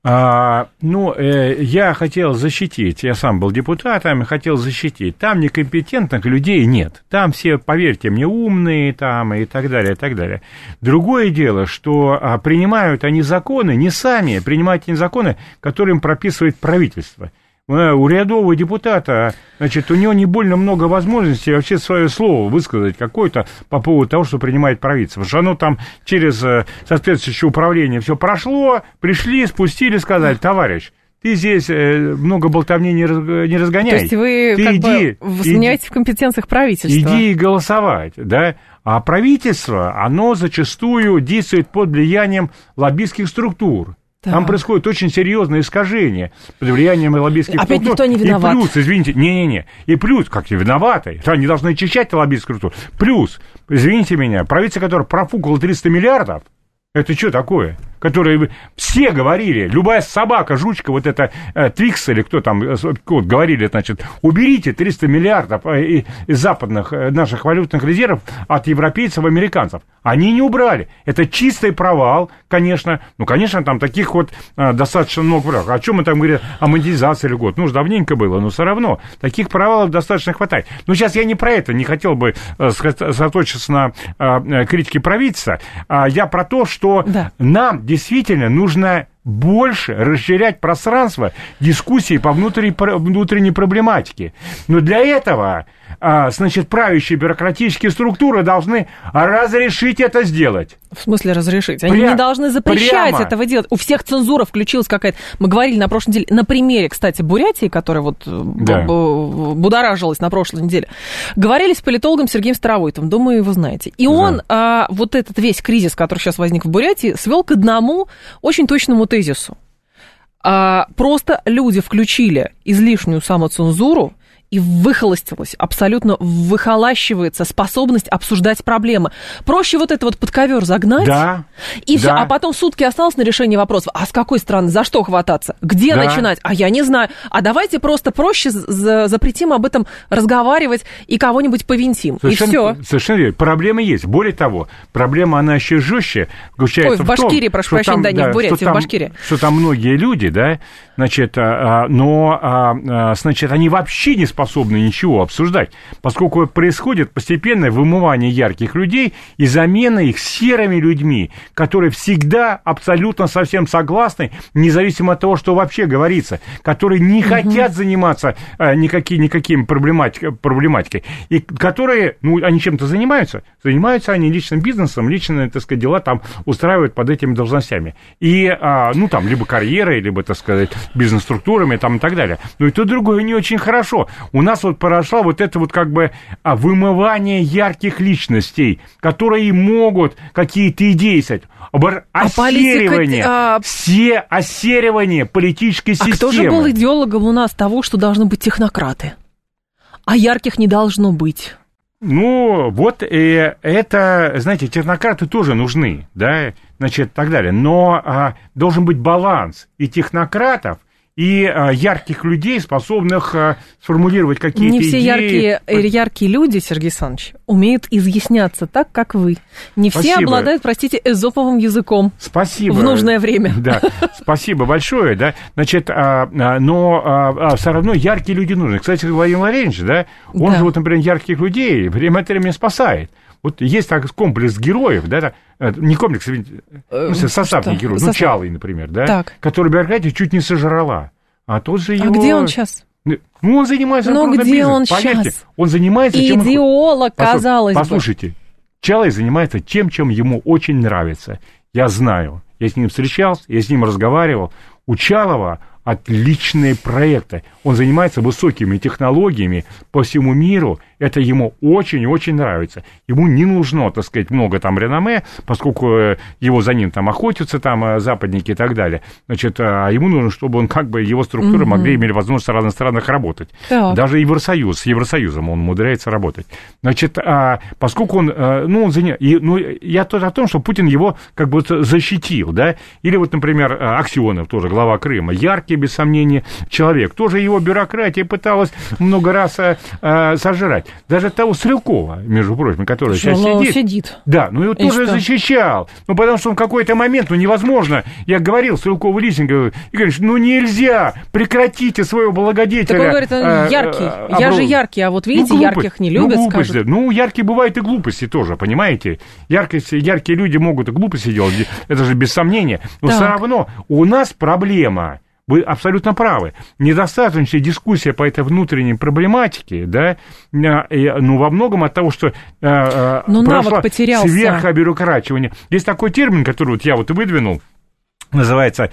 Я хотел защитить, я сам был депутатом и хотел защитить. Там некомпетентных людей нет. Там все, поверьте мне, умные там и так далее, и так далее. Другое дело, что принимают они законы не сами, принимают они законы, которые им прописывает правительство. У рядового депутата, значит, у него не больно много возможностей вообще свое слово высказать какое-то по поводу того, что принимает правительство. Потому что оно там через соответствующее управление все прошло, пришли, спустили, сказали, товарищ, ты здесь много болтовни не разгоняй. То есть вы сомневаетесь в компетенциях правительства? Иди голосовать, да? А правительство, оно зачастую действует под влиянием лоббистских структур. Так. Там происходит очень серьезное искажение под влиянием лоббистских структур. Опять никто не виноват. И плюс, извините, и плюс, как не виноваты, они должны очищать лоббистских структур. Плюс, извините меня, правительство, которое профукало 300 миллиардов, это что такое? Которые все говорили, любая собака, жучка, вот это Твикс или кто там, говорили, значит, уберите 300 миллиардов из западных наших валютных резервов от европейцев и американцев. Они не убрали. Это чистый провал, конечно. Ну, конечно, там таких вот достаточно много провалов. О чем мы там говорим? О монетизации льгот. Ну, уж давненько было, но все равно. Таких провалов достаточно хватает. Но сейчас я не про это, не хотел бы сосредоточиться на критике правительства. Я про то, что нам действительно нужно больше расширять пространство дискуссии по внутренней проблематике. Но для этого, значит, правящие бюрократические структуры должны разрешить это сделать. В смысле разрешить? Они не должны запрещать этого делать. У всех цензура включилась какая-то. Мы говорили на прошлой неделе, на примере, кстати, Бурятии, которая вот будоражилась на прошлой неделе, говорили с политологом Сергеем Старовойтовым, думаю, вы знаете. И он вот этот весь кризис, который сейчас возник в Бурятии, свел к одному очень точному тезису. Просто люди включили излишнюю самоцензуру, и выхолостилась, абсолютно выхолащивается способность обсуждать проблемы. Проще вот это вот под ковер загнать, и все, а потом сутки осталось на решение вопросов. А с какой стороны, за что хвататься, где начинать? А я не знаю. А давайте просто проще запретим об этом разговаривать и кого-нибудь повинтим. И все. Совершенно верно. Проблема есть. Более того, проблема, она еще жестче. Ой, в Башкирии, прошу прощения, да, не в Бурятии, в Башкирии. Что там многие люди, да, значит, значит, они вообще не способны ничего обсуждать, поскольку происходит постепенное вымывание ярких людей и замена их серыми людьми, которые всегда абсолютно совсем согласны, независимо от того, что вообще говорится, которые не хотят заниматься никаким проблематикой, и которые, ну, они чем-то занимаются они личным бизнесом, личные, так сказать, дела там устраивают под этими должностями. И, ну, там, либо карьерой, либо, так сказать, бизнес-структурами там, и так далее. Но и то, и другое не очень хорошо. У нас вот произошло вот это вот как бы вымывание ярких личностей, которые могут какие-то идеи сать. Осеривание политической системы. А кто же был идеологом у нас того, что должны быть технократы? А ярких не должно быть. Ну, вот это, знаете, технократы тоже нужны, да, значит, так далее. Но должен быть баланс и технократов, и ярких людей, способных сформулировать какие-то идеи. Не все яркие люди, Сергей Александрович, умеют изъясняться так, как вы. Не все обладают, простите, эзоповым языком. Спасибо. В нужное время. Да, спасибо большое, да. Значит, но все равно яркие люди нужны. Кстати, Владимир Владимирович, да, он же, вот, например, ярких людей время от времени спасает. Вот есть так комплекс героев, да, не комплекс, состав героев, ну, Чалый, например, да, который бюрократия чуть не сожрала. А тот же его... А где он сейчас? Ну, он занимается... Ну, где бизнесом. Он Поверьте, сейчас? Он занимается... Идеолог, казалось бы. Послушайте, Чалый занимается тем, чем ему очень нравится. Я знаю, я с ним встречался, я с ним разговаривал. У Чалова отличные проекты. Он занимается высокими технологиями по всему миру. Это ему очень-очень нравится. Ему не нужно, так сказать, много там реноме, поскольку его за ним там охотятся, там западники и так далее. Значит, а ему нужно, чтобы он как бы, его структуры могли, имели возможность в разных странах работать. Так. Даже с Евросоюзом он умудряется работать. Значит, поскольку он, я тоже о том, что Путин его как бы защитил, да, или вот, например, Аксенов, тоже глава Крыма, яркий, без сомнения, человек. Тоже его бюрократия пыталась много раз сожрать. Даже того Стрелкова, между прочим, который сейчас сидит. Да, ну его тоже защищал. Ну, потому что в какой-то момент, невозможно. Я говорил Стрелкову Лисенко, и говоришь, нельзя, прекратите своего благодетеля. Так он говорит, он яркий. Я же яркий, а вот видите, ярких не любят, скажут. Яркие бывают и глупости тоже, понимаете? Яркие люди могут и глупости делать, это же без сомнения. Но все равно у нас проблема. Вы абсолютно правы. Недостаточная дискуссия по этой внутренней проблематике, да, во многом от того, что прошло сверхобюрократирование. Есть такой термин, который вот я выдвинул, называется,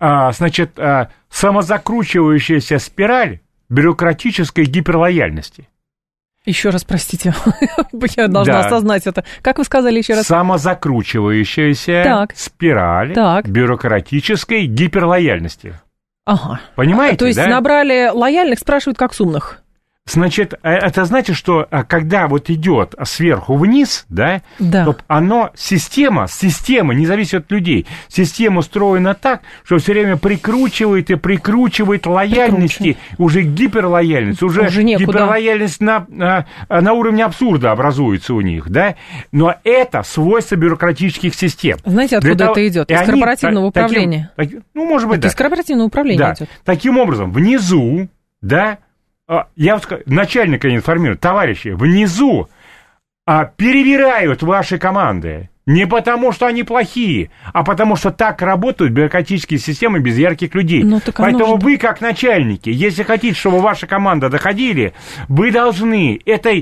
самозакручивающаяся спираль бюрократической гиперлояльности. Еще раз, простите, я должна осознать это. Как вы сказали еще раз? Самозакручивающаяся спираль бюрократической гиперлояльности. Ага. Понимаете, то есть набрали лояльных, спрашивают, как с умных. Значит, это значит, что когда вот идет сверху вниз, да. То система не зависит от людей. Система устроена так, что все время прикручивает лояльности, уже гиперлояльность, уже гиперлояльность на уровне абсурда образуется у них, да. Но это свойство бюрократических систем. Знаете, откуда это идет? Из корпоративного управления. Может быть, из корпоративного управления идет. Таким образом, внизу, да. Я начальника информирую, товарищи, внизу перевирают ваши команды. Не потому, что они плохие, а потому, что так работают бюрократические системы без ярких людей. Поэтому вы, как начальники, если хотите, чтобы ваша команда доходили, вы должны этой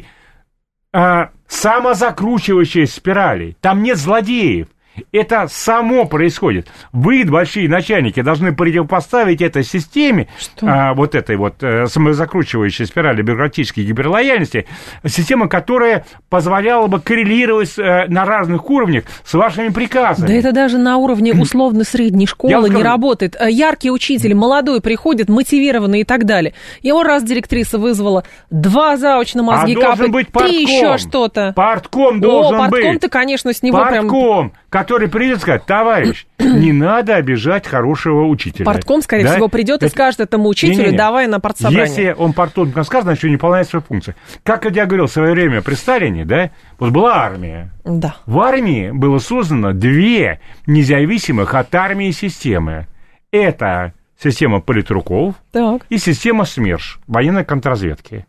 самозакручивающей спирали, там нет злодеев. Это само происходит. Вы, большие начальники, должны противопоставить этой системе, этой самозакручивающей спирали бюрократической гиперлояльности, система, которая позволяла бы коррелировать на разных уровнях с вашими приказами. Да это даже на уровне условно-средней школы не работает. Яркий учитель, молодой, приходит, мотивированный и так далее. Его раз директриса вызвала, 2 заочно мозги капают, 3 еще что-то. Партком должен быть. Партком-то, конечно, с него прям... который придет и скажет, товарищ, не надо обижать хорошего учителя. Партком, скорее всего, придет и скажет этому учителю, давай на партсобрание. Если он партком скажет, значит, он не выполняет свою функцию. Как я говорил в свое время при Сталине, да, вот была армия. Да. В армии было создано 2 независимых от армии системы. Это система политруков и система СМЕРШ, военной контрразведки.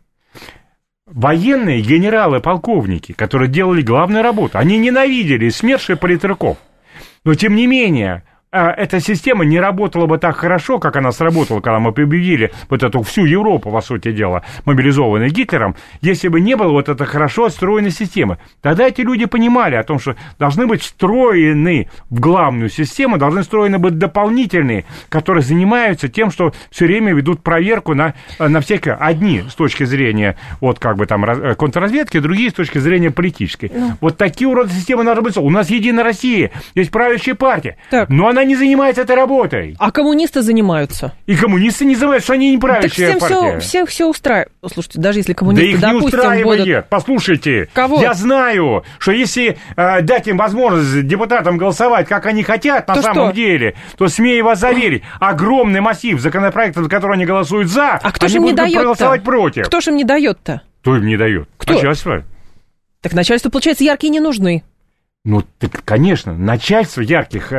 Военные генералы, полковники, которые делали главную работу, они ненавидели СМЕРШ и политруков. Но, тем не менее, эта система не работала бы так хорошо, как она сработала, когда мы победили вот эту всю Европу, по сути дела, мобилизованную Гитлером, если бы не было вот этой хорошо отстроенной системы. Тогда эти люди понимали о том, что должны быть встроены в главную систему, должны встроены быть дополнительные, которые занимаются тем, что все время ведут проверку на всякие, одни с точки зрения контрразведки, другие с точки зрения политической. Вот такие уроды системы должны быть. У нас Единая Россия, есть правящая партия, но она Она не занимается этой работой. А коммунисты занимаются. И коммунисты не занимаются, что они не правящая партия. Так все устраивает. Слушайте, даже если коммунисты, да их не устраивает. Будут... Послушайте, Кого? Я знаю, что если дать им возможность депутатам голосовать, как они хотят на самом деле, то, смею вас заверить, огромный массив законопроектов, за которые они голосуют за, кто они будут проголосовать против. Кто же им не дает-то? Кто им не дает? Кто? Начальство. Так начальству, получается, яркие не нужны. Ну, так, конечно, начальство ярких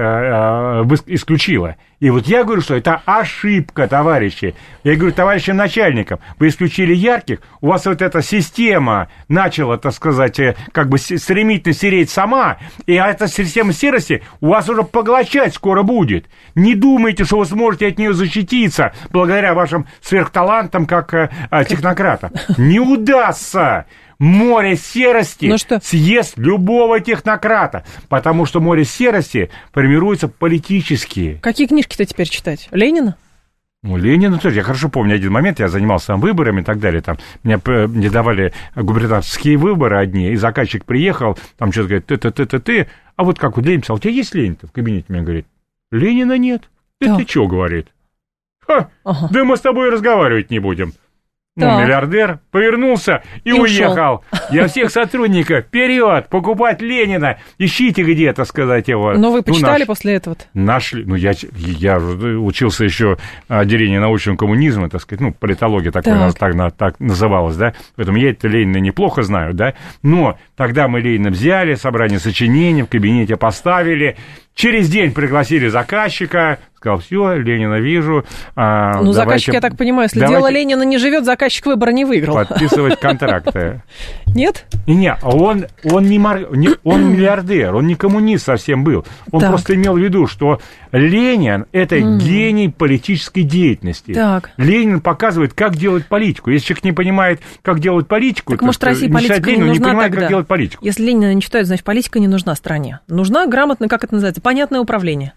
исключило. И вот я говорю, что это ошибка, товарищи. Я говорю товарищам начальникам, вы исключили ярких, у вас вот эта система начала, так сказать, как бы стремительно сереть сама, и эта система серости у вас уже поглощать скоро будет. Не думайте, что вы сможете от нее защититься благодаря вашим сверхталантам, как технократа. Не удастся. Море серости съест любого технократа, потому что море серости формируется политически. Какие книжки-то теперь читать? Ленина? Ну, Ленина тоже. Я хорошо помню один момент, я занимался там выборами и так далее. Там, мне давали губернаторские выборы одни, и заказчик приехал, там что-то говорит, ты. А вот как вот Ленин писал, у тебя есть Ленин-то в кабинете? Мне говорит, Ленина нет. Ты что, говорит? Да мы с тобой разговаривать не будем. Ну, миллиардер повернулся и уехал. Я всех сотрудников, вперед, покупать Ленина, ищите где-то, сказать его. Но вы почитали после этого-то? Нашли. Ну, я учился еще отделение научного коммунизма, так сказать, политология такое так называлась, да, поэтому я это Ленина неплохо знаю, да, но тогда мы Ленина взяли, собрание сочинений в кабинете поставили, через день пригласили заказчика, сказал, все, Ленина вижу. Заказчик, я так понимаю, если дело Ленина не живет, заказчик выбора не выиграл. Подписывать контракты. Нет? Не, он миллиардер, он не коммунист совсем был. Он просто имел в виду, что Ленин – это гений политической деятельности. Ленин показывает, как делать политику. Если человек не понимает, как делать политику, так, может, России политика не нужна понимает, тогда. Как делать политику. Если Ленина не читают, значит, политика не нужна стране. Нужна грамотная, как это называется, понятное управление.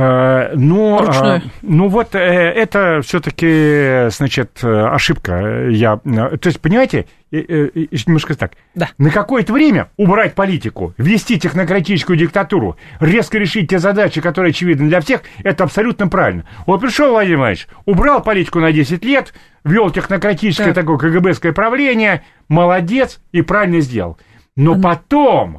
Это все-таки, значит, ошибка. То есть, понимаете, немножко так. Да. На какое-то время убрать политику, ввести технократическую диктатуру, резко решить те задачи, которые очевидны для всех, это абсолютно правильно. Вот пришел Владимир Владимирович, убрал политику на 10 лет, ввел технократическое такое КГБское правление, молодец и правильно сделал. Но потом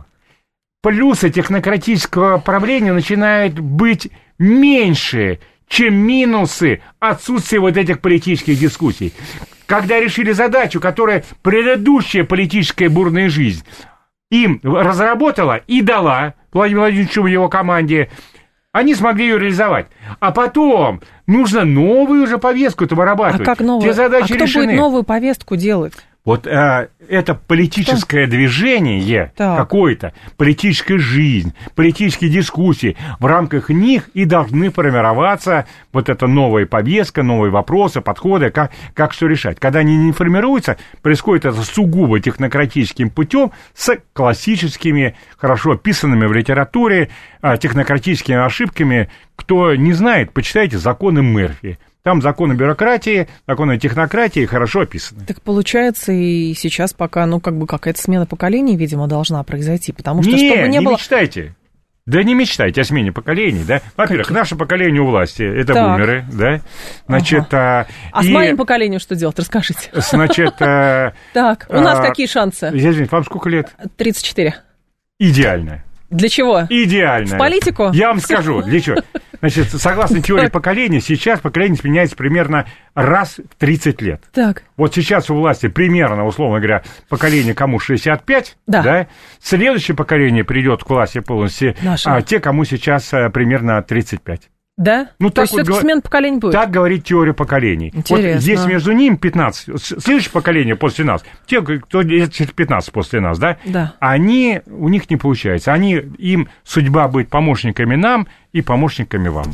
плюсы технократического правления начинают быть меньше, чем минусы отсутствия вот этих политических дискуссий. Когда решили задачу, которую предыдущая политическая бурная жизнь им разработала и дала Владимиру Владимировичу и его команде, они смогли ее реализовать. А потом нужно новую уже повестку-то вырабатывать. А как новую? Те задачи кто решены. Будет новую повестку делать? Вот это политическое движение какое-то, политическая жизнь, политические дискуссии, в рамках них и должны формироваться вот эта новая повестка, новые вопросы, подходы, как что решать. Когда они не формируются, происходит это сугубо технократическим путем с классическими, хорошо описанными в литературе технократическими ошибками. Кто не знает, почитайте законы Мерфи. Там законы бюрократии, законы технократии хорошо описаны. Так получается, и сейчас пока, какая-то смена поколений, видимо, должна произойти, потому что, чтобы не было... мечтайте. Да не мечтайте о смене поколений, да. Во-первых, наше поколение у власти, это бумеры, да. Значит, А с моим поколением что делать, расскажите. Значит... Так, у нас какие шансы? Извините, вам сколько лет? 34. Идеально. Для чего? Идеально. В политику? Я вам скажу, для чего. Значит, согласно теории поколения, сейчас поколение сменяется примерно раз в 30 лет. Так. Вот сейчас у власти примерно, условно говоря, поколение кому 65, да? Следующее поколение придет к власти полностью, те, кому сейчас примерно 35. Да? Ну, то есть вот все-таки смена поколений будет? Так говорит теория поколений. Интересно. Вот здесь между ними 15. Следующее поколение после нас, те, кто лет 15 после нас, да? Да. У них не получается. Им судьба быть помощниками нам и помощниками вам.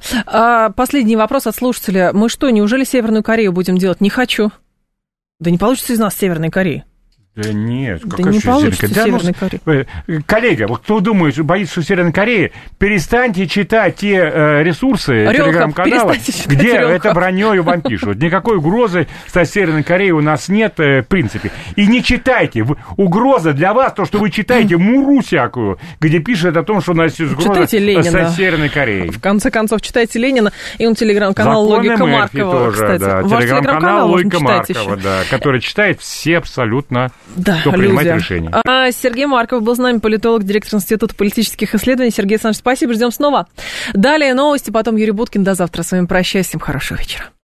Ага. Последний вопрос от слушателя. Мы что, неужели Северную Корею будем делать? Не хочу. Да не получится из нас Северной Кореи. Да нет, да не получится Северной Кореи. Коллега, вот кто думает, что боится Северной Кореи, перестаньте читать те ресурсы, телеграм-каналы, где это бронёю вам пишут. Никакой угрозы со Северной Кореей у нас нет, в принципе. И не читайте. Угроза для вас, то, что вы читаете муру всякую, где пишет о том, что у нас есть угроза со Северной Кореей. В конце концов, читайте Ленина, и он телеграм-канал «Логика Маркова», тоже, кстати. Да, Ваш телеграм-канал «Логика Маркова», да, который читает все абсолютно, да, кто принимает решения. Сергей Марков был с нами, политолог, директор Института политических исследований. Сергей Александрович, спасибо, ждем снова. Далее новости, потом Юрий Буткин. До завтра. С вами прощаюсь. Всем хорошего вечера.